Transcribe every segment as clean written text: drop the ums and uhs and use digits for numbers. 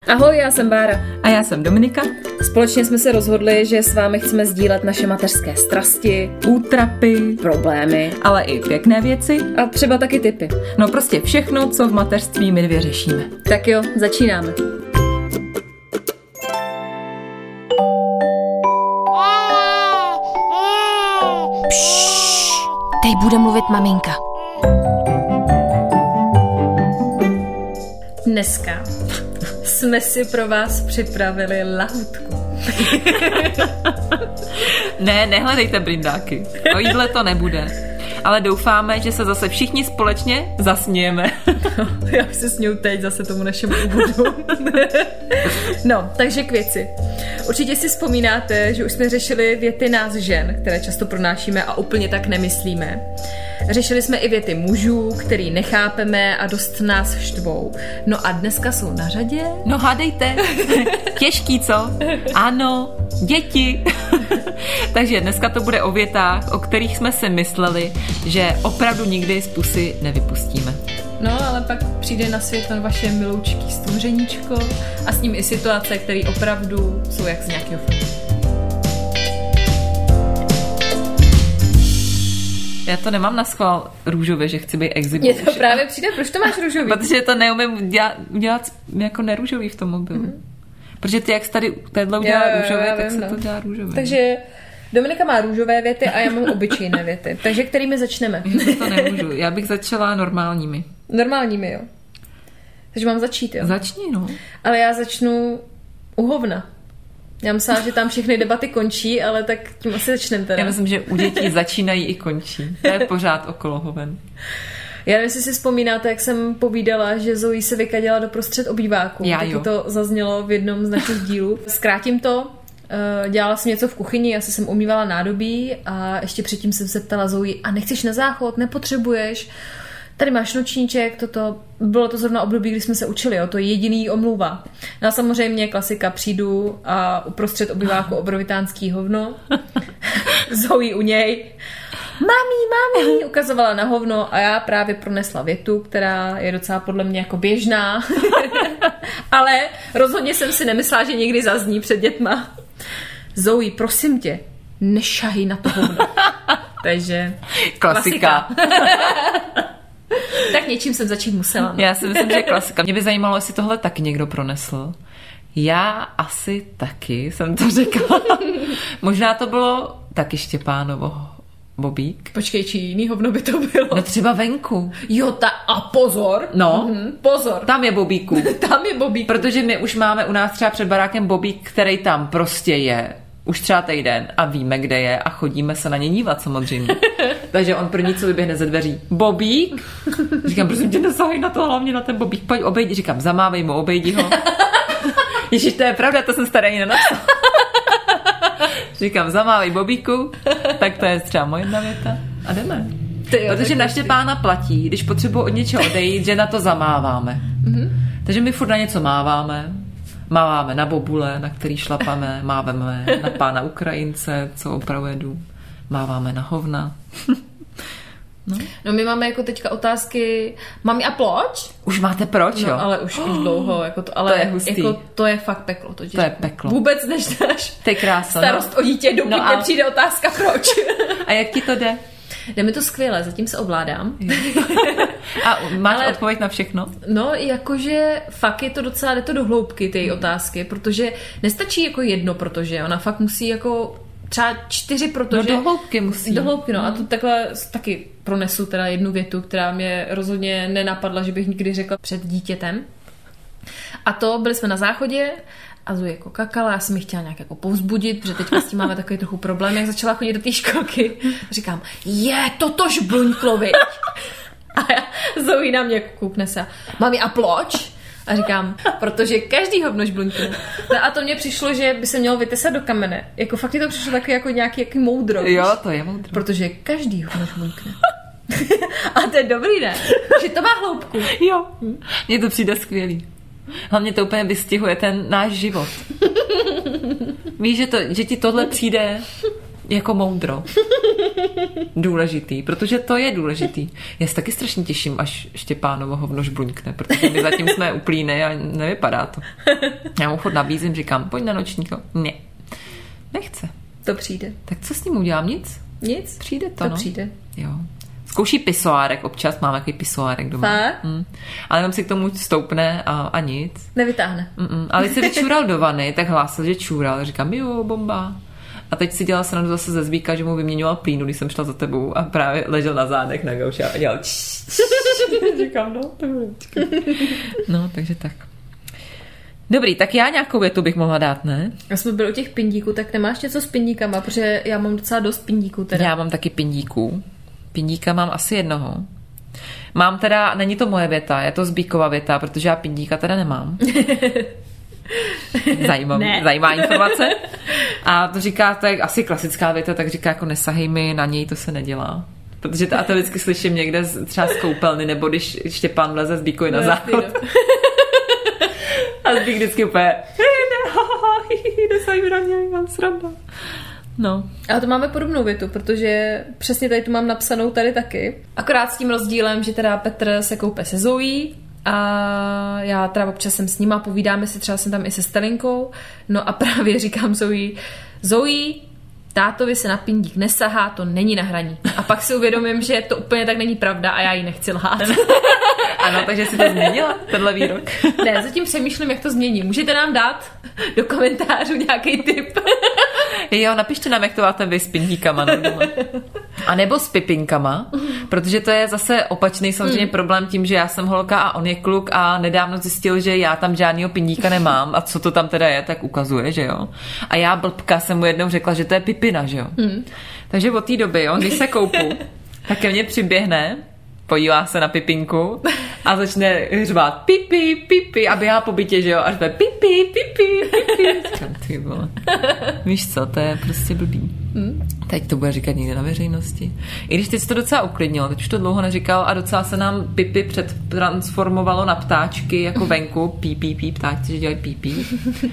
Ahoj, já jsem Bára. A já jsem Dominika. Společně jsme se rozhodli, že s vámi chceme sdílet naše mateřské strasti, útrapy, problémy, ale i pěkné věci. A třeba taky tipy. No prostě všechno, co v mateřství my dvě řešíme. Tak jo, začínáme. Teď bude mluvit maminka. Dneska jsme si pro vás připravili lahůdku. Ne, nehledejte brindáky. O jídle to nebude. Ale doufáme, že se zase všichni společně zasmějeme. Já se směju teď zase tomu našemu úvodu. No, takže k věci. Určitě si vzpomínáte, že už jsme řešili věty nás žen, které často pronášíme a úplně tak nemyslíme. Řešili jsme i věty mužů, který nechápeme a dost nás štvou. No a dneska jsou na řadě... No hádejte. Těžký, co? Ano, děti. Takže dneska to bude o větách, o kterých jsme si mysleli, že opravdu nikdy z pusy nevypustíme. No, ale pak přijde na svět ten vaše miloučký stvořeníčko a s ním i situace, které opravdu jsou jak z nějakého filmu. Já to nemám na schvál růžově, že chci být exhibit. Mně to právě přijde, proč to máš růžový? Protože to neumím udělat jako nerůžový v tom mobilu. Mm-hmm. Protože ty, jak jsi tady téhle udělá růžové, tak se to dělá růžové. Takže Dominika má růžové věty a já mám obyčejné věty. Takže kterými začneme? Já to nemůžu. Já bych začala normálními. Normálními, jo. Takže mám začít, jo? Začni, no. Ale já začnu u hovna. Já myslím, že tam všechny debaty končí, ale tak tím asi začneme teda. Já myslím, že u dětí začínají i končí. To je pořád okolo hoven. Já nevím, jestli si vzpomínáte, jak jsem povídala, že Zoe se vykadila doprostřed obýváku. Taky to zaznělo v jednom z našich dílů. Zkrátím to. Dělala jsem něco v kuchyni, asi jsem umývala nádobí a ještě předtím jsem se ptala Zoe, a nechceš na záchod, nepotřebuješ? Tady máš nočníček, bylo to zrovna období, kdy jsme se učili, jo, to je jediný omluva. No a samozřejmě klasika, přijdu a uprostřed obýváku obrovitánský hovno. Zoe u něj. Mami, ukazovala na hovno a já právě pronesla větu, která je docela podle mě jako běžná. Ale rozhodně jsem si nemyslela, že někdy zazní před dětma. Zoe, prosím tě, nešahy na to hovno. Takže klasika. Tak něčím jsem začít musela. Já si myslím, že klasika. Mě by zajímalo, jestli tohle taky někdo pronesl. Já asi taky jsem to řekla. Možná to bylo taky Štěpánovo bobík. Počkej, či jiný hovno by to bylo? No třeba venku. Jo, a pozor. No. Pozor. Tam je bobíku. Tam je bobík. Protože my už máme u nás třeba před barákem bobík, který tam prostě je. Už třeba týden a víme, kde je a chodíme se na ně dívat samozřejmě. Takže on první, co vyběhne ze dveří. Bobík? Říkám, prosím tě, nesahaj na to, hlavně na ten bobík. Pojď, obejdi. Říkám, zamávej mu, obejdi ho. Ježiš, to je pravda, to jsem starý nenapsal. Říkám, zamávej bobíku. Tak to je třeba moje jedna věta. A jdeme. Protože na Štěpána platí, když potřebuji od něčeho odejít, že na to zamáváme. Takže my furt na něco máváme. Máváme na bobule, na který šlapeme, máváme na pána Ukrajince, co opravuje dům, máváme na hovna. No my máme jako teďka otázky, mami a proč? Už máte proč, jo? No ale už dlouho, jako to, ale to je hustý. Jako to je fakt peklo. To je peklo. Vůbec neznáš starost o dítě, dokud nepřijde otázka proč. A jak ti to jde? Jde mi to skvěle, zatím se ovládám. A máš odpověď na všechno? No, jakože fakt je to docela, jde to do hloubky, ty otázky, protože nestačí jako jedno, protože ona fakt musí jako třeba 4, protože... No do hloubky musí. Do hloubky, no. A to takhle taky pronesu teda jednu větu, která mě rozhodně nenapadla, že bych nikdy řekla před dítětem. A to byli jsme na záchodě a Zoe jako kakala, já jsem ji chtěla nějak jako povzbudit, protože teďka s tím máme takový trochu problém, jak začala chodit do té školky. Říkám, totož bluňklo, viď? A Zoe na mě koukne se, mami, a ploč? A říkám, protože každý hovno žbluňkne. No a to mně přišlo, že by se mělo vytesat do kamene. Jako fakt je to přišlo taky jako nějaký moudro. Jo, to je moudro. Protože každý hovno žbluňkne. A to je dobrý, ne? Že to má hloubku. Jo, mně to přijde skvělý. Hlavně to úplně vystihuje ten náš život. Víš, že ti tohle přijde jako moudro. Důležitý, protože to je důležitý. Já se taky strašně těším, až Štěpánovo hovno žbluňkne, protože my zatím jsme uplíny a nevypadá to. Já mu furt nabízím, říkám, pojď na nočníko. Ne, nechce. To přijde. Tak co s ním udělám? Nic? Nic? Přijde to, To přijde. Jo. Zkouší pisoárek, občas mám takový pisoárek doma. Ale jenom si k tomu stoupne a nic. Nevytáhne. Ale když se vyčůral do vany, tak hlásil, že čůral. Říkám, jo, bomba. A teď si dělal srandu zase ze Zvíka, že mu vyměňoval plínu, když jsem šla za tebou a právě ležel na zádech na gauči a dělal Říkám, no, tak no, takže tak. Dobrý, tak já nějakou větu bych mohla dát, ne? A jsme byli u těch pindíků, tak nemáš něco s pindíkama, protože já mám docela dost pindíků teda. Já mám taky pindíků. Pindíka mám asi jednoho. Mám teda, není to moje věta, je to Zbíkova věta, protože já pindíka teda nemám. Zajímavá informace. A to říká, to je asi klasická věta, tak říká jako nesahej mi na něj, to se nedělá. Protože to vždycky slyším někde třeba z koupelny, nebo když Štěpán vleze Zbíkovi na záchod. A Zbík vždycky úplně nesahej mi na něj, mám sranda. No. Ale to máme podobnou větu, protože přesně tady tu mám napsanou tady taky. Akorát s tím rozdílem, že teda Petr se koupe se Zoí a já teda občas jsem s nima, povídáme si, třeba jsem tam i se Stelinkou, no a právě říkám Zoí, tátovi se na pindík nesahá, to není na hraní. A pak si uvědomím, že to úplně tak není pravda a já jí nechci lhát. Ano, takže si to změnila, tenhle výrok. Ne, zatím přemýšlím, jak to změním. Můžete nám dát do komentářů nějaký tip. Jo, napište nám, jak to máte vy s pindíkama. A nebo s pipinkama, protože to je zase opačný samozřejmě problém tím, že já jsem holka a on je kluk a nedávno zjistil, že já tam žádnýho pindíka nemám a co to tam teda je, tak ukazuje, že jo. A já blbka jsem mu jednou řekla, že to je pipina, že jo. Takže od té doby, jo, když se koupu, tak ke mně přiběhne, podívá se na pipinku a začne řvát pipi a běhá po bytě, že jo, až bude pipi. Říkám, ty vole. Víš co, to je prostě blbý. Teď to bude říkat někde na veřejnosti. I když teď se to docela uklidnilo, teď už to dlouho neříkal a docela se nám pipi předtransformovalo na ptáčky jako venku, pí, ptáčci, že dělají pí.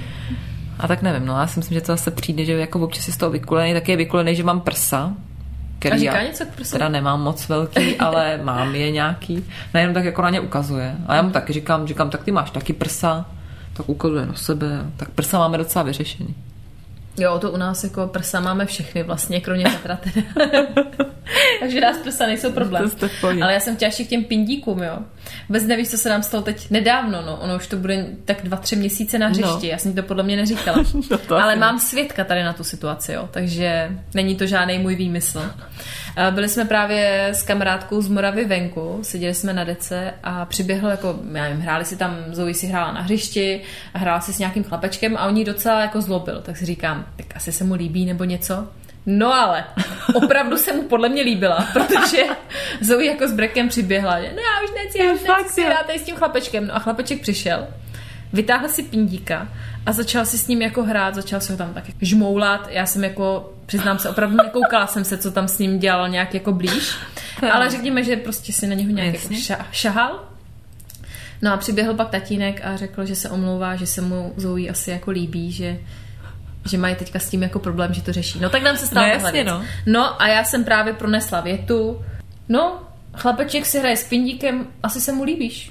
A tak nevím, no já si myslím, že to zase přijde, že jako občas je z toho vykulený, tak je vykulený, že mám prsa. A říká něco k prsu? Teda nemám moc velký, ale mám je nějaký. Nejenom tak jako na ně ukazuje. A já mu taky říkám, tak ty máš taky prsa, tak ukazuje na sebe. Tak prsa máme docela vyřešený. Jo, to u nás jako prsa máme všechny vlastně, kromě Petra teda. Takže nás prsa nejsou problém. Ale já jsem chtěla ještě k těm pindíkům, jo. Vůbec nevíš, co se nám stalo teď nedávno, no. Ono už to bude tak 2-3 měsíce na hřišti. No. Já jsem to podle mě neříkala. Ale mám svědka tady na tu situaci, jo. Takže není to žádný můj výmysl. Byli jsme právě s kamarádkou z Moravy venku, seděli jsme na dece a přiběhl jako, já nevím, hráli si tam, Zoe si hrála na hřišti a hrála si s nějakým chlapečkem a on jí docela jako zlobil. Tak si říkám, tak asi se mu líbí nebo něco. No ale opravdu se mu podle mě líbila, protože Zoe jako s brekem přiběhla, že no já už nechci si hrát tady s tím chlapečkem. No a chlapeček přišel, vytáhl si pindíka a začal si s ním jako hrát, začal se ho tam tak žmoulat. Já jsem jako, přiznám se, opravdu nekoukala jsem se, co tam s ním dělal nějak jako blíž, ale řekněme, že prostě si na něho nějak jako šahal. No a přiběhl pak tatínek a řekl, že se omlouvá, že se mu Zoe asi jako líbí, že mají teďka s tím jako problém, že to řeší. No tak nám se stalo tohle věc. No a já jsem právě pronesla větu, no, chlapeček si hraje s pindíkem, asi se mu líbíš.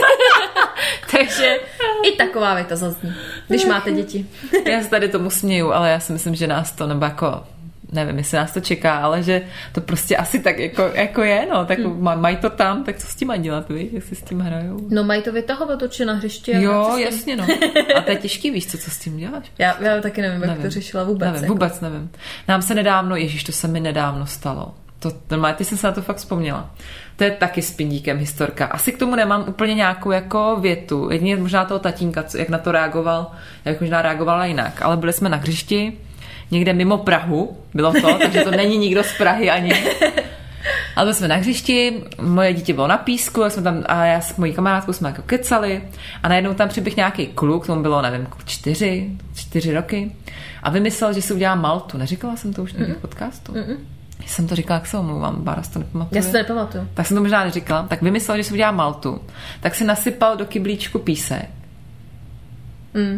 Takže i taková věta zazní, když máte děti. Já se tady tomu směju, ale já si myslím, že nás to, nebo jako, nevím, jestli nás to čeká, ale že to prostě asi tak jako je, no, tak mají to tam, tak co s tím mají dělat, víš, jak si s tím hrajou? No mají to vytahovat určitě na hřišti. Jo, jasně, no. A to je těžký, víš, co s tím děláš? Já taky nevím, jak to řešila vůbec. Nevím, vůbec nevím. Nám se nedávno, to se mi nedávno stalo. Ty jsi se na to fakt vzpomněla. To je taky s pindíkem historka. Asi k tomu nemám úplně nějakou jako větu. Jedině možná toho tatínka, jak na to reagoval, já bych možná reagovala jinak. Ale byli jsme na hřišti, někde mimo Prahu, bylo to, takže to není nikdo z Prahy ani. Ale byli jsme na hřišti, moje dítě bylo na písku, a já s mojí kamarádkou jsme jako kecali a najednou tam přiběh nějaký kluk, tomu bylo, nevím, 4 roky a vymyslel, že si udělá Maltu. Neříkala jsem to už někdy v podcastu? Jsem to říkala, jak se omlouvám, Bára si to nepamatuje. Já si to nepamatuju. Tak jsem to možná neříkala. Tak vymyslel, že si udělá Maltu. Tak si nasypal do kyblíčku písek.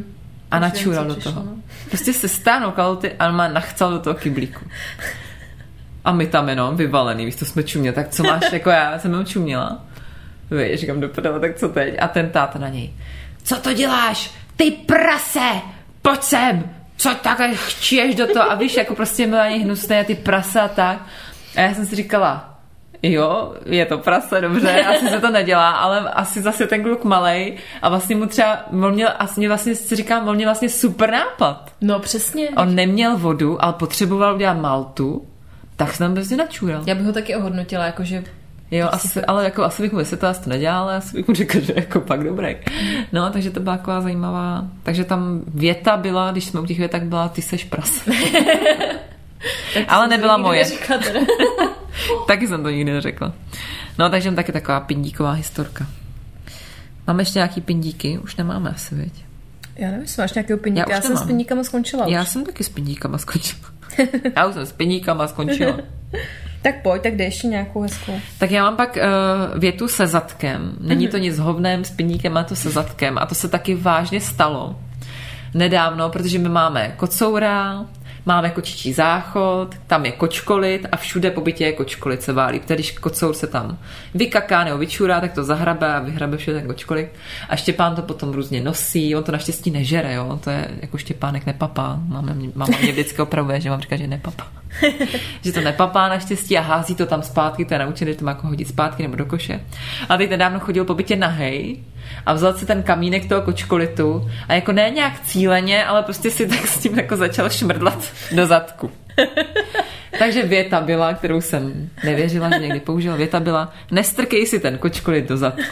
A načůral do toho. Prostě se stáhnul kalhoty a má nachcal do toho kyblíku. A my tam jenom vyvalený, víš, to jsme čuměli, tak co máš, jako já jsem jenom čuměla. Víš, říkám do prdele, tak co teď? A ten táta na něj. Co to děláš? Ty prase! Pojď sem! Co takhle chčíš do toho? A víš, jako prostě byla něj hnusné a ty prasa a tak. A já jsem si říkala, jo, je to prase, dobře, asi se to nedělá, ale asi zase ten kluk malej a vlastně mu třeba, on měl vlastně super nápad. No přesně. On neměl vodu, ale potřeboval udělat maltu, tak se tam prostě načůral. Já bych ho taky ohodnotila, jakože... Jo, asi bych mu vysvětlila, že to nedělá, ale asi bych mu řekla, že jako pak dobrý. No, takže to byla taková zajímavá, takže tam věta byla, když jsme u těch větak byla, ty seš prase. Ale nebyla moje. Taky jsem to nikdy neřekla. No, takže taky taková pindíková historka. Máme ještě nějaký pindíky? Už nemáme asi, viď? Já nevím, jestli máš nějakého pindíka. Já jsem s pindíkama skončila. Já jsem taky s pindíkama skončila. Já už jsem s pindíkama skončila. Tak pojď, tak dej ještě nějakou hezkou. Tak já mám pak větu se zadkem. Není to nic hovném s pindíkem, ale to se zadkem. A to se taky vážně stalo nedávno, protože my máme kocoura, máme kočičí záchod, tam je kočkolit a všude po bytě je kočkolit se válí. Protože když kocour se tam vykaká nebo vyčurá, tak to zahrabe a vyhrabe všude ten kočkolit. A Štěpán to potom různě nosí, on to naštěstí nežere, jo? To je jako Štěpánek nepapá. Máma mě vždycky opravuje, že mám říkat, že nepapá. Že to nepapá naštěstí a hází to tam zpátky, to je naučený, že to má jako hodit zpátky nebo do koše. A teď nedávno chodil po bytě nahej a vzal si ten kamínek toho kočkolitu a jako ne nějak cíleně, ale prostě si tak s tím jako začal šmrdlat do zadku. Takže věta byla, kterou jsem nevěřila, že někdy použila, věta byla, nestrkej si ten kočkolit do zadku.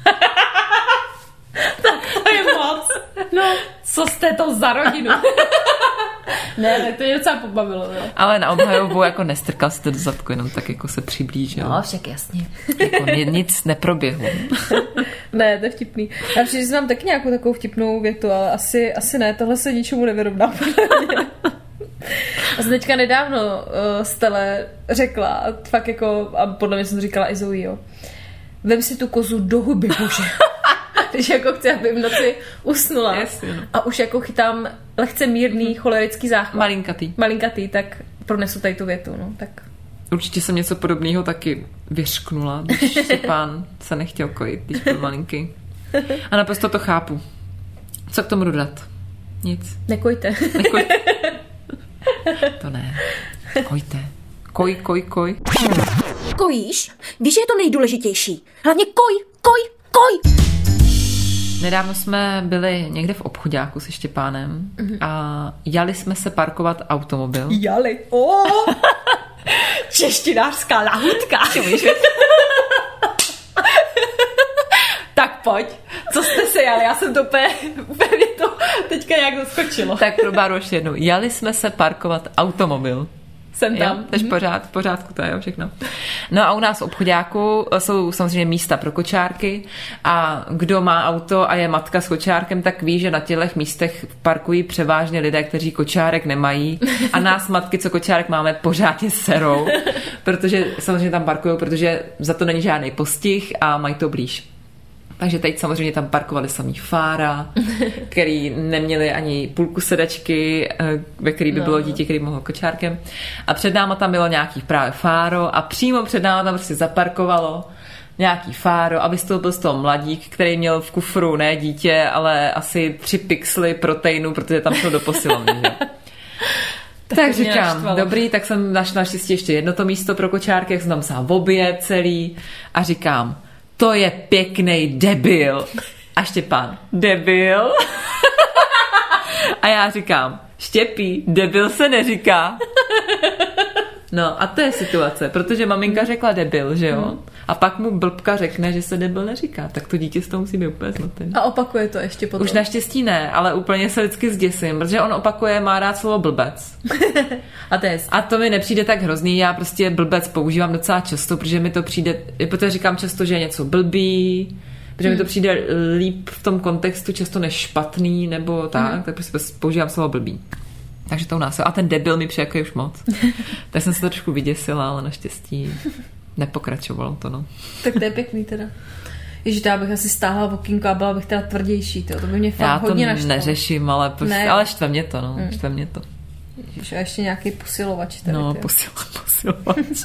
Tak to je moc. No, co jste to za rodinu? Ne, tak to je docela pobavilo, jo. Ale na obhajobu jako nestrkal si to do zadku, jenom tak jako se přiblížil. No, však jasně. Jako nic neproběhlo. Ne, to je vtipný. Já přijde, že mám taky nějakou takovou vtipnou větu, ale asi ne, tohle se ničemu nevyrovná. A jsem teďka nedávno Stele řekla, a fakt jako, a podle mě jsem to říkala i Zoe, jo. Vem si tu kozu do huby, bože. Když jako chci, aby v noci usnula. Jasně, no. A už jako chytám lehce mírný cholerický záchvat. Malinkatý, tak pronesu tady tu větu, no, tak. Určitě jsem něco podobného taky vyřknula, když Štěpán se nechtěl kojit, když byl malinký. A naprosto to chápu. Co k tomu dodat? Nic. Nekojte. To ne. Kojte. Koj. Kojíš? Víš, že je to nejdůležitější. Hlavně koj. Nedávno jsme byli někde v obchoďáku se Štěpánem a jali jsme se parkovat automobil. Jali. Češtinářská lahutka. Tak pojď. Co jste se jali? Já jsem to úplně to teďka nějak zaskočilo. Tak pro Báru ještě jednou. Jali jsme se parkovat automobil. Jsem tam. Takže v pořádku to je všechno. No a u nás v obchoďáku jsou samozřejmě místa pro kočárky a kdo má auto a je matka s kočárkem, tak ví, že na těchto místech parkují převážně lidé, kteří kočárek nemají a nás matky, co kočárek máme, pořádně serou, protože samozřejmě tam parkují, protože za to není žádný postih a mají to blíž. Takže teď samozřejmě tam parkovali samý fára, který neměli ani půlku sedačky, ve který by bylo dítě, který mohl kočárkem. A před náma tam bylo nějaký právě fáro a přímo před náma tam prostě zaparkovalo nějaký fáro a vystoupil z toho mladík, který měl v kufru ne dítě, ale asi 3 pixely proteinu, protože tam šel do posilovny. Tak říkám, dobrý, tak jsem našla naštěstí ještě jedno to místo pro kočárky, jak jsem tam psala oběd celý a říkám, to je pěkný debil. A Štěpán, debil? A já říkám, Štěpí, debil se neříká. No a to je situace, protože maminka řekla debil, že jo? A pak mu blbka řekne, že se debil neříká. Tak to dítě z toho musí být úplně zmatený. A opakuje to ještě potom. Už naštěstí ne, ale úplně se vždycky zděsím, protože on opakuje, má rád slovo blbec. A to mi nepřijde tak hrozný, já prostě blbec používám docela často, protože mi to přijde, protože říkám často, že je něco blbý, protože mi to přijde líp v tom kontextu často než špatný, nebo tak prostě používám slovo blbý. Takže to u nás. A ten debil mi přijde jako už moc. Tak jsem se trošku vyděsila, ale naštěstí nepokračovalo to, no. Tak to je pěkný teda. Ježiš, já bych asi stáhla okýnko a byla bych teda tvrdější, to by mě fakt hodně naštvalo. Já to neřeším, ale štve mě to, no. Štve mě to. Ježiš, a ještě nějaký posilovač tady. No, posilovač.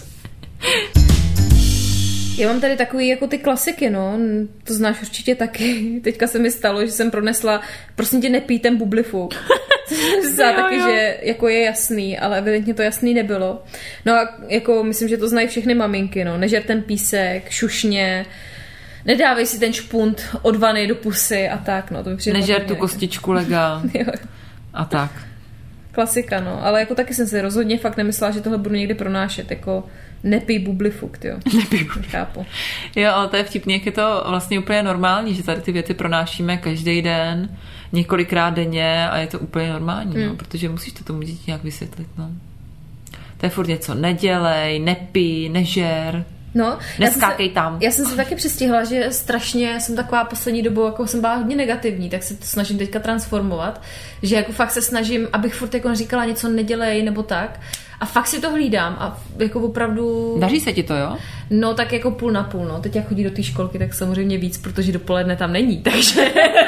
Já mám tady takový jako ty klasiky, no, to znáš určitě taky. Teďka se mi stalo, že jsem pronesla, prosím tě, nepij ten bublifuk. Taky, že jako je jasný, ale evidentně to jasný nebylo. No a jako myslím, že to znají všechny maminky, no, nežer ten písek, šušně, nedávej si ten špunt od vany do pusy a tak, no. To mi přijde nežer tu kostičku lega a tak. Klasika, no, ale jako taky jsem si rozhodně fakt nemyslela, že tohle budu někdy pronášet, jako nepij bublifuk, jo. Nechápu. Jo, ale to je vtipný, jak je to vlastně úplně normální, že tady ty věci pronášíme každý den, několikrát denně a je to úplně normální, no, protože musíš to tomu dítě nějak vysvětlit, no. To je furt něco, nedělej, nepij, nežer. No, neskákej tam. Já jsem se taky přistihla, že strašně jsem taková poslední dobou, jako jsem byla hodně negativní, tak se to snažím teďka transformovat, že jako fakt se snažím, abych furt jako říkala něco nedělej nebo tak a fakt si to hlídám a jako opravdu... Daří se ti to, jo? No tak jako půl na půl, no. Teď jak chodí do té školky, tak samozřejmě víc, protože dopoledne tam není, takže...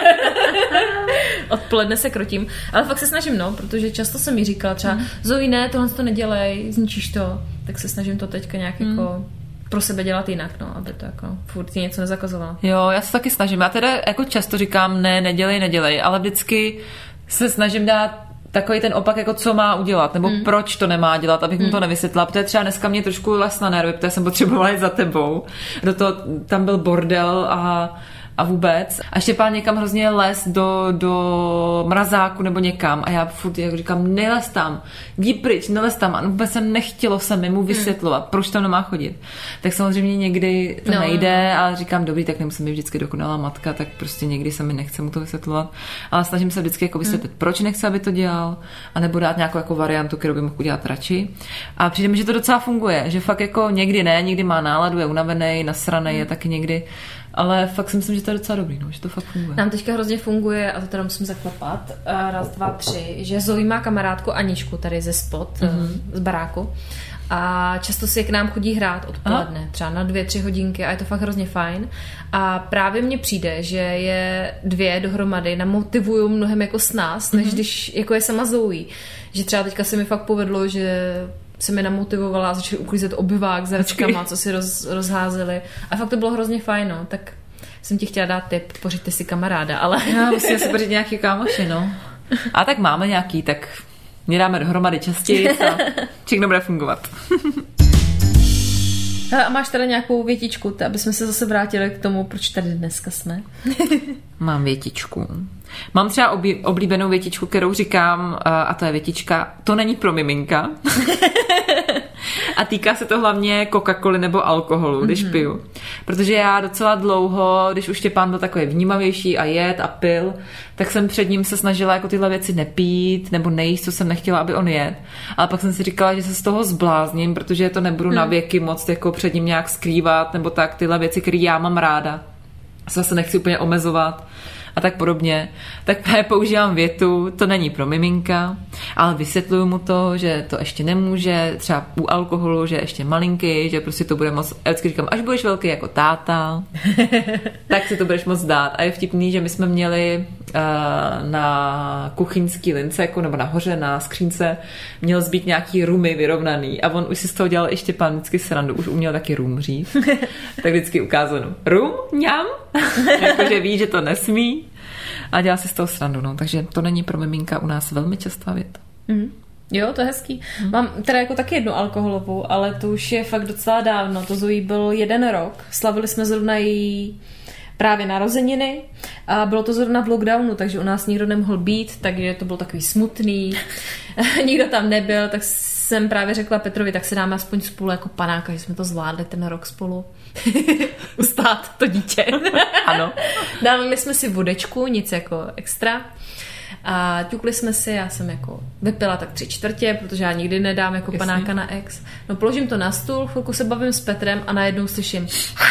Odpoledne se krotím, ale fakt se snažím, no, protože často jsem mi říkala třeba Zoe, ne, tohle to nedělej, zničíš to, tak se snažím to teďka nějak jako pro sebe dělat jinak, no, aby to jako furt ti něco nezakazovala. Jo, já se taky snažím. Já teda jako často říkám nedělej, ale vždycky se snažím dát takový ten opak, jako co má udělat, nebo proč to nemá dělat, abych mu to nevysvětlila, protože třeba dneska mě trošku les na nervy, protože jsem potřebovala jít za tebou. Do toho tam byl bordel a vůbec. A Štěpán někam hrozně les do mrazáku nebo někam a já furt jako říkám, nelez tam, jdi pryč, nelez tam a vůbec se nechtělo se mi mu vysvětlovat, proč tam nemá chodit. Tak samozřejmě někdy to nejde, ale říkám, dobrý, tak nemusím být vždycky dokonalá matka, tak prostě někdy se mi nechce mu to vysvětlovat, ale snažím se vždycky jako vysvětlit, proč nechce, aby to dělal, anebo dát nějakou jako variantu, kterou by mohl udělat radši. A přijde mi, že to docela funguje, že fakt jako někdy ne, někdy má náladu, je unavený, nasranej, je taky někdy. Ale fakt si myslím, že to je docela dobrý, no, že to fakt funguje. Nám teďka hrozně funguje, a to teda musím zaklepat, 1, 2, 3, že Zoe má kamarádku Aničku tady ze spod, z baráku. A často si k nám chodí hrát odpoledne, třeba na 2-3 hodinky a je to fakt hrozně fajn. A právě mně přijde, že je 2 dohromady namotivují mnohem jako s nás, než když jako je sama Zoe. Že třeba teďka se mi fakt povedlo, že se mi namotivovala a začali uklízet obyvák s hračkama, co si rozházeli. A fakt to bylo hrozně fajn, no. Tak jsem ti chtěla dát tip, pořiďte si kamaráda, ale... Já musím si pořiďt nějaký kámoši, no. A tak máme nějaký, tak mě dáme dohromady častěji a všechno bude fungovat. Hele, a máš teda nějakou větičku, aby jsme se zase vrátili k tomu, proč tady dneska jsme? Mám větičku. Mám třeba oblíbenou větičku, kterou říkám, a to je větička, to není pro miminka. A týká se to hlavně Coca-Coly nebo alkoholu, když piju. Protože já docela dlouho, když už Štěpán byl takový vnímavější a jet a pil, tak jsem před ním se snažila jako tyhle věci nepít nebo nejíst, co jsem nechtěla, aby on jet. Ale pak jsem si říkala, že se z toho zblázním, protože to nebudu na věky moc jako před ním nějak skrývat nebo tak, tyhle věci, které já mám ráda. Zase nechci úplně omezovat a tak podobně, tak používám větu, to není pro miminka, ale vysvětluju mu to, že to ještě nemůže, třeba u alkoholu, že je ještě malinký, že prostě to bude moc, já vždycky říkám, až budeš velký jako táta, tak si to budeš moc dát. A je vtipný, že my jsme měli na kuchyňský lince, jako, nebo nahoře na skřínce, měl zbýt nějaký rumy vyrovnaný a on už si z toho dělal i Štěpán vždycky srandu, už uměl taky rum říct, tak vždycky ukázanou. Rum? Ňam? Jakože ví, že to nesmí a dělá si z toho srandu, no. Takže to není pro miminka u nás velmi častá věta. Jo, to je hezký. Mám teda jako taky jednu alkoholovou, ale to už je fakt docela dávno. To Zoe byl 1 rok. Slavili jsme zrovna její právě narozeniny a bylo to zrovna v lockdownu, takže u nás nikdo nemohl být, takže to bylo takový smutný. Nikdo tam nebyl, tak jsem právě řekla Petrovi, tak si dáme aspoň spolu jako panáka, že jsme to zvládli ten rok spolu. Ustát to dítě. Ano. Dávali jsme si vodečku, nic jako extra. A ťukli jsme si, já jsem jako vypila tak 3/4, protože já nikdy nedám jako panáka na ex. No položím to na stůl, chvilku se bavím s Petrem a najednou slyším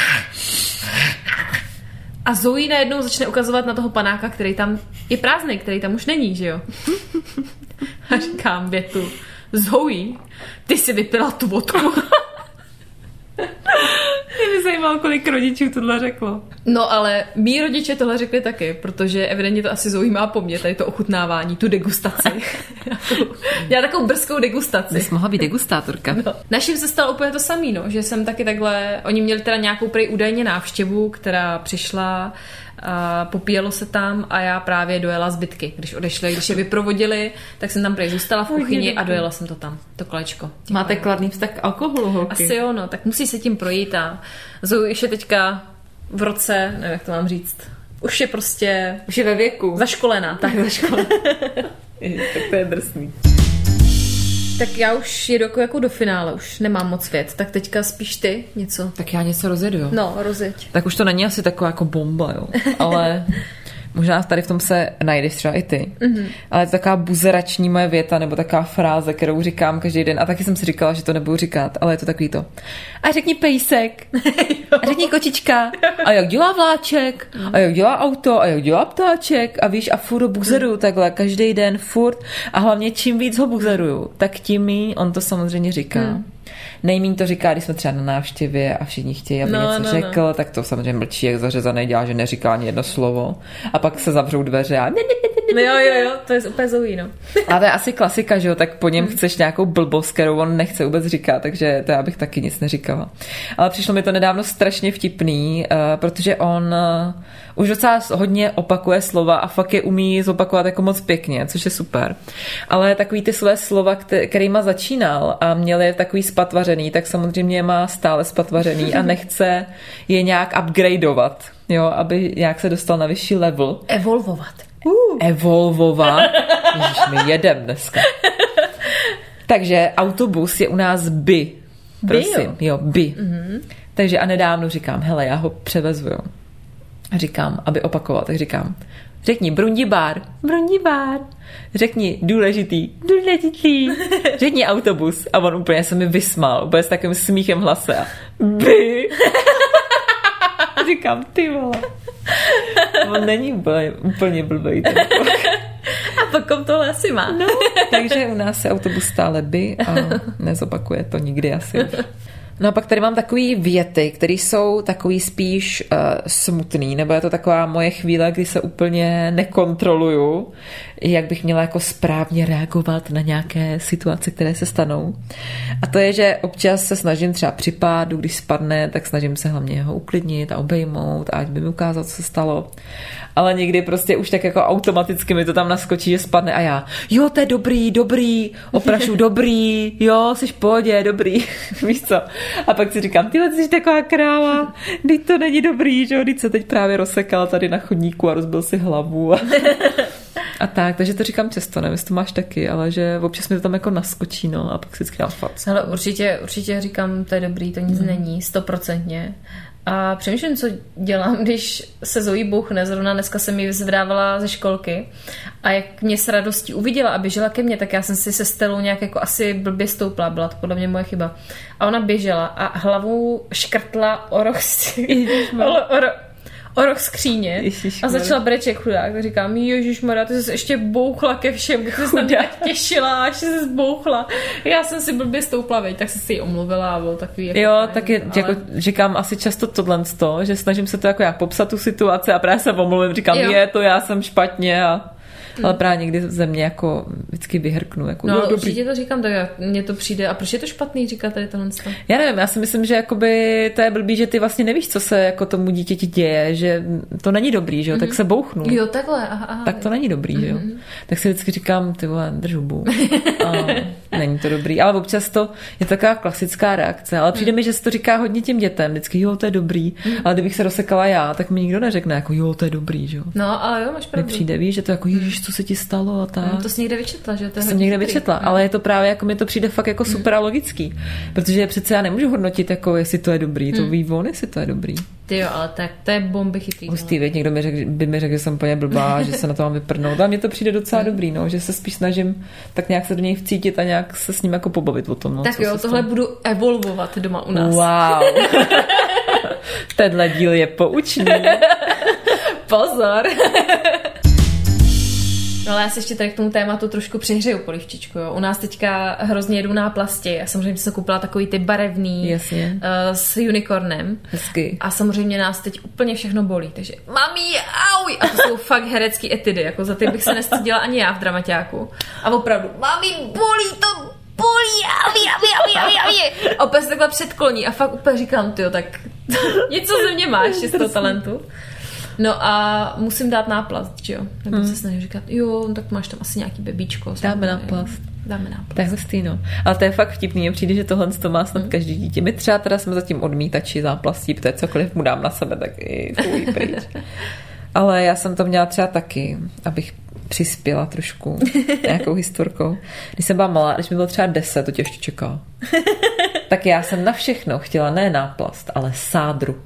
a Zoe najednou začne ukazovat na toho panáka, který tam je prázdný, který tam už není, že jo? A říkám větu, Zoe, ty si vypila tu vodku. Mě by zajímalo, zajímalo, kolik rodičů tohle řeklo. No ale mý rodiče tohle řekli taky, protože evidentně to asi Zoe má po mně, tady to ochutnávání, tu degustaci. Já takovou brzkou degustaci. Jsi mohla být degustátorka. No. Našim se stalo úplně to samý, no, že jsem taky takhle, oni měli teda nějakou prej údajně návštěvu, která přišla, a popíjelo se tam a já právě dojela zbytky. Když odešli, když je vyprovodili, tak jsem tam prej zůstala v kuchyni a dojela jsem to tam, to kolečko. Máte kladný vztah k alkoholu, holky? Asi jo, no, tak musí se tím projít a Zoe ještě teďka v roce, nevím, jak to mám říct, už je prostě... Už je ve věku. Zaškolená, tak zaškolená. Tak to je drsný. Tak já už jedu jako do finále, už nemám moc věc, tak teďka spíš ty něco. Tak já něco rozjedu, jo. No, rozjeď. Tak už to není asi taková jako bomba, jo. Ale možná tady v tom se najdeš třeba i ty. Mm-hmm. Ale je to taková buzerační moje věta, nebo taková fráze, kterou říkám každý den. A taky jsem si říkala, že to nebudu říkat, ale je to takový to. A řekni pejsek. A řekni kočička. A jak dělá vláček. A jak dělá auto. A jak dělá ptáček. A víš, a furt buzeruju takhle každý den furt. A hlavně čím víc ho buzeruju, tak tím míň on to samozřejmě říká. Nejmíň to říká, když jsme třeba na návštěvě a všichni chtějí, aby něco řekl, tak to samozřejmě mlčí, jak zařezaný, dělá, že neříká ani jedno slovo. A pak se zavřou dveře a... No jo, to je úplně Zoe, no. A to je asi klasika, že jo, tak po něm chceš nějakou blbost, kterou on nechce vůbec říkat, takže to já bych taky nic neříkala. Ale přišlo mi to nedávno strašně vtipný, protože on už docela hodně opakuje slova a fakt je umí zopakovat jako moc pěkně, což je super. Ale takový ty své slova, kterýma začínal a měl je takový spatvařený, tak samozřejmě má stále spatvařený a nechce je nějak upgradeovat, jo, aby nějak se dostal na vyšší level. Evolvovat. Ježiš, my jedem dneska. Takže autobus je u nás by. Prosím. Jo, by. Mm-hmm. Takže a nedávno říkám, hele, já ho převezu, jo. A říkám, aby opakoval, tak říkám, řekni brundibár. Řekni důležitý. Řekni autobus. A on úplně se mi vysmál, úplně s takovým smíchem v hlase. By. A říkám, ty vole. On není úplně blbej. A potom tohle asi má. No, takže u nás se autobus stále by a nezopakuje to nikdy asi. No a pak tady mám takový věty, které jsou takový spíš smutný, nebo je to taková moje chvíle, kdy se úplně nekontroluju, jak bych měla jako správně reagovat na nějaké situace, které se stanou. A to je, že občas se snažím třeba při pádu, když spadne, tak snažím se hlavně ho uklidnit a obejmout, ať by mi ukázal, co se stalo. Ale někdy prostě už tak jako automaticky mi to tam naskočí, že spadne a já, jo, to je dobrý, oprašu dobrý, jo, jsi v pohodě, dobrý, víš co. A pak si říkám, ty jsi taková kráva, teď to není dobrý, že jo, teď se teď právě rozsekal tady na chodníku a rozbil si hlavu. A tak, takže to říkám často, nevím, jestli to máš taky, ale že občas mi to tam jako naskočí, no, a pak si říkám fakt. Ale určitě říkám, to je dobrý, to nic není, 100%. A přemýšlím, co dělám, když se Zoe bouchne. Zrovna dneska jsem ji vyzvedávala ze školky a jak mě s radostí uviděla a běžela ke mně, tak já jsem si se Stelou nějak jako asi blbě stoupla, byla to podle mě moje chyba. A ona běžela a hlavou škrtla o roh skříně a začala brečet chudák. Tak říkám, ježišmarja, ty jsi ještě bouchla ke všem, ty jsi tam nějak těšila, až se zbouchla. Já jsem si blbě stoupla, veď, tak jsem si ji omluvila a bylo takový. Jako jo, tak je, ale... jako říkám asi často tohle, že snažím se to jako jak popsat tu situaci a právě se omluvím, říkám, je to, já jsem špatně a ale právě někdy ze mě jako vždycky vyhrknu. Jako, no, určitě to říkám, tak mně to přijde. A proč je to špatný, říká tady tohle? Já nevím, já si myslím, že jakoby to je blbý, že ty vlastně nevíš, co se jako tomu dítěti děje, že to není dobrý, že jo, tak se bouchnu. Jo, takhle, aha. Tak to není dobrý, že jo. Tak si vždycky říkám, ty vole, drž hubu. Není to dobrý, ale občas to je taková klasická reakce, ale přijde mi, že se to říká hodně těm dětem, vždycky, jo, to je dobrý, ale kdybych se rozsekala já, tak mi nikdo neřekne, jako jo, to je dobrý, že jo. No, ale jo, máš pravdu. Přijde, víš, že to jako ježiš, co se ti stalo a tak. To jsi někde vyčetla, že? To jsem někde vyčetla, ale je to právě, jako mi to přijde fakt jako super a logický, protože přece já nemůžu hodnotit, jako jestli to je dobrý, to ví on, jestli to je dobrý. Ty jo, ale tak to je bomby chytrý. Hustý, věď, někdo by mi řekl, že jsem úplně blbá, že se na to mám vyprdnout, a mně to přijde docela dobrý, no, že se spíš snažím tak nějak se do něj vcítit a nějak se s ním jako pobavit o tom. No, tak jo, tohle budu evolvovat doma u nás. Wow. Tenhle díl je poučný. Pozor. No ale já se ještě tady k tomu tématu trošku přihřeju, polivčičku, jo. U nás teďka hrozně jedou náplasti. Já samozřejmě jsem koupila takový ty barevný. Jasně. S unicornem. Hezky. A samozřejmě nás teď úplně všechno bolí. Takže mami, auj! A to jsou fakt herecký etidy. Jako za ty bych se nestydila ani já v dramaťáku. A opravdu, mami, bolí to, bolí, avi. A opět se takhle předkloní a fakt úplně říkám, tyjo, tak něco ze mě máš z toho talentu. No a musím dát náplast, že jo? Nebo se snažím říkat, jo, tak máš tam asi nějaký bebíčko. Dáme náplast. To je hustý, no. Ale to je fakt vtipný, mně přijde, že tohle to má snad každý dítě. My třeba teda jsme zatím odmítači záplastí, protože cokoliv mu dám na sebe, tak i fuj pryč. Ale já jsem to měla třeba taky, abych přispěla trošku nějakou historkou. Když jsem byla malá, když mi bylo třeba 10, to tě ještě čeká. Tak já jsem na všechno chtěla ne náplast, ale sádru.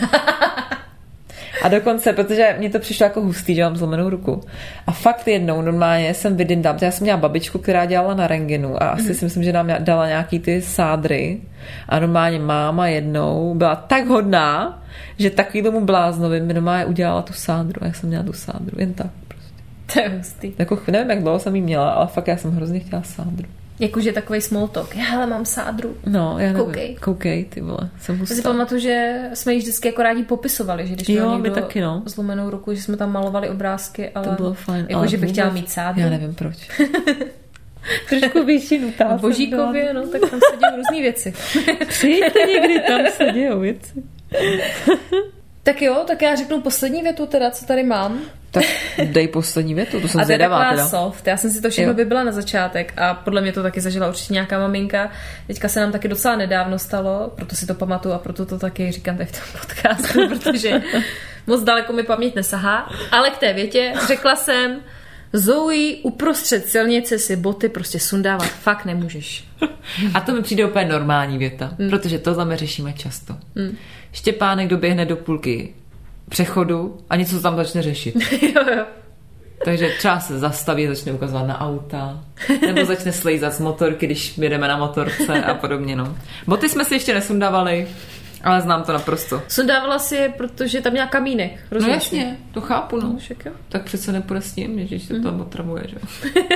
A dokonce, protože mě to přišlo jako hustý, že mám zlomenou ruku. A fakt jednou normálně jsem vydyndala, protože já jsem měla babičku, která dělala na rentgenu a asi si myslím, že nám dala nějaký ty sádry. A normálně máma jednou byla tak hodná, že takový tomu bláznovi mi normálně udělala tu sádru. A já jsem měla tu sádru, jen tak prostě. To je hustý. Jako, nevím, jak dlouho jsem jí měla, ale fakt já jsem hrozně chtěla sádru. Jakože takovej small talk. Já hele, mám sádru. No, já nevím. Koukej, ty vole. Jsem hustá. Já si pamatuju, že jsme ji vždycky jako rádi popisovali, že když měl někdo taky, no. zlomenou ruku, že jsme tam malovali obrázky, ale to bylo fajn. Jakože bych chtěla mít sádru. Já nevím proč. Trošku většinu v Božíkově, no, tak tam se dějou různý věci. Přijďte někdy, tam se dějou věci. Tak jo, tak já řeknu poslední větu teda, co tady mám. Tak dej poslední větu, to jsem zvědavá teda. Soft. Já jsem si to všechno vybila na začátek a podle mě to taky zažila určitě nějaká maminka. Teďka se nám taky docela nedávno stalo, proto si to pamatuju a proto to taky říkám tady v tom podcastu, protože moc daleko mi paměť nesahá. Ale k té větě řekla jsem, Zoe, uprostřed silnice si boty prostě sundávat fakt nemůžeš. A to mi přijde úplně normální věta, protože tohle my řešíme často. Štěpánek doběhne do půlky přechodu a něco tam začne řešit. Jo. Takže třeba se zastaví, začne ukazovat na auta, nebo začne slejzat z motorky, když jedeme na motorce a podobně. No. Boty jsme si ještě nesundávali, ale znám to naprosto. Sundávala si je, protože tam měla kamínek. No jasně, to chápu, no. Však jo. Tak přece nepůjde s tím, že se tam otravuje, že?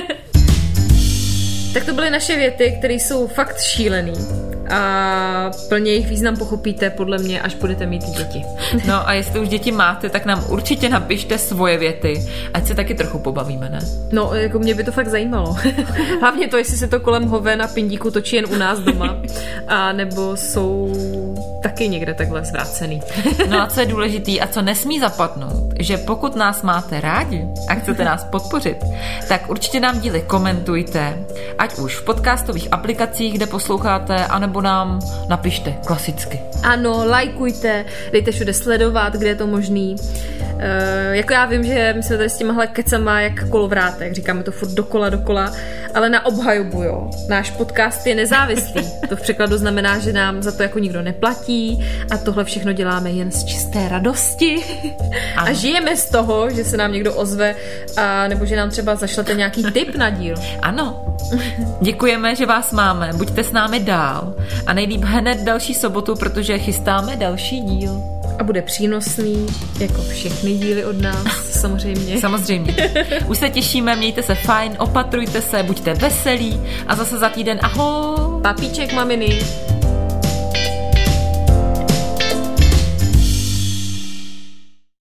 Tak to byly naše věty, které jsou fakt šílený. A plně jejich význam pochopíte podle mě, až budete mít děti. No a jestli už děti máte, tak nám určitě napište svoje věty, ať se taky trochu pobavíme, ne? No, jako mě by to fakt zajímalo. Hlavně to, jestli se to kolem hoven a pindíku točí jen u nás doma, a nebo jsou taky někde takhle zvrácený. No a co je důležitý a co nesmí zapadnout, že pokud nás máte rádi a chcete nás podpořit, tak určitě nám díly komentujte, ať už v podcastových aplikacích, kde posloucháte, anebo nám napište klasicky. Ano, lajkujte, dejte všude sledovat, kde je to možný. Jako já vím, že my jsme tady s těmahle kecama jak kolovrátek, říkáme to furt dokola, ale na obhajobu, jo. Náš podcast je nezávislý. To v překladu znamená, že nám za to jako nikdo neplatí a tohle všechno děláme jen z čisté radosti. Ano. A žijeme z toho, že se nám někdo ozve a nebo že nám třeba zašlete nějaký tip na díl. Ano. Děkujeme, že vás máme. Buďte s námi dál. A nejlíp hned další sobotu, protože chystáme další díl. A bude přínosný, jako všechny díly od nás, samozřejmě. Samozřejmě. Už se těšíme, mějte se fajn, opatrujte se, buďte veselí a zase za týden ahoj. Papíček, maminy.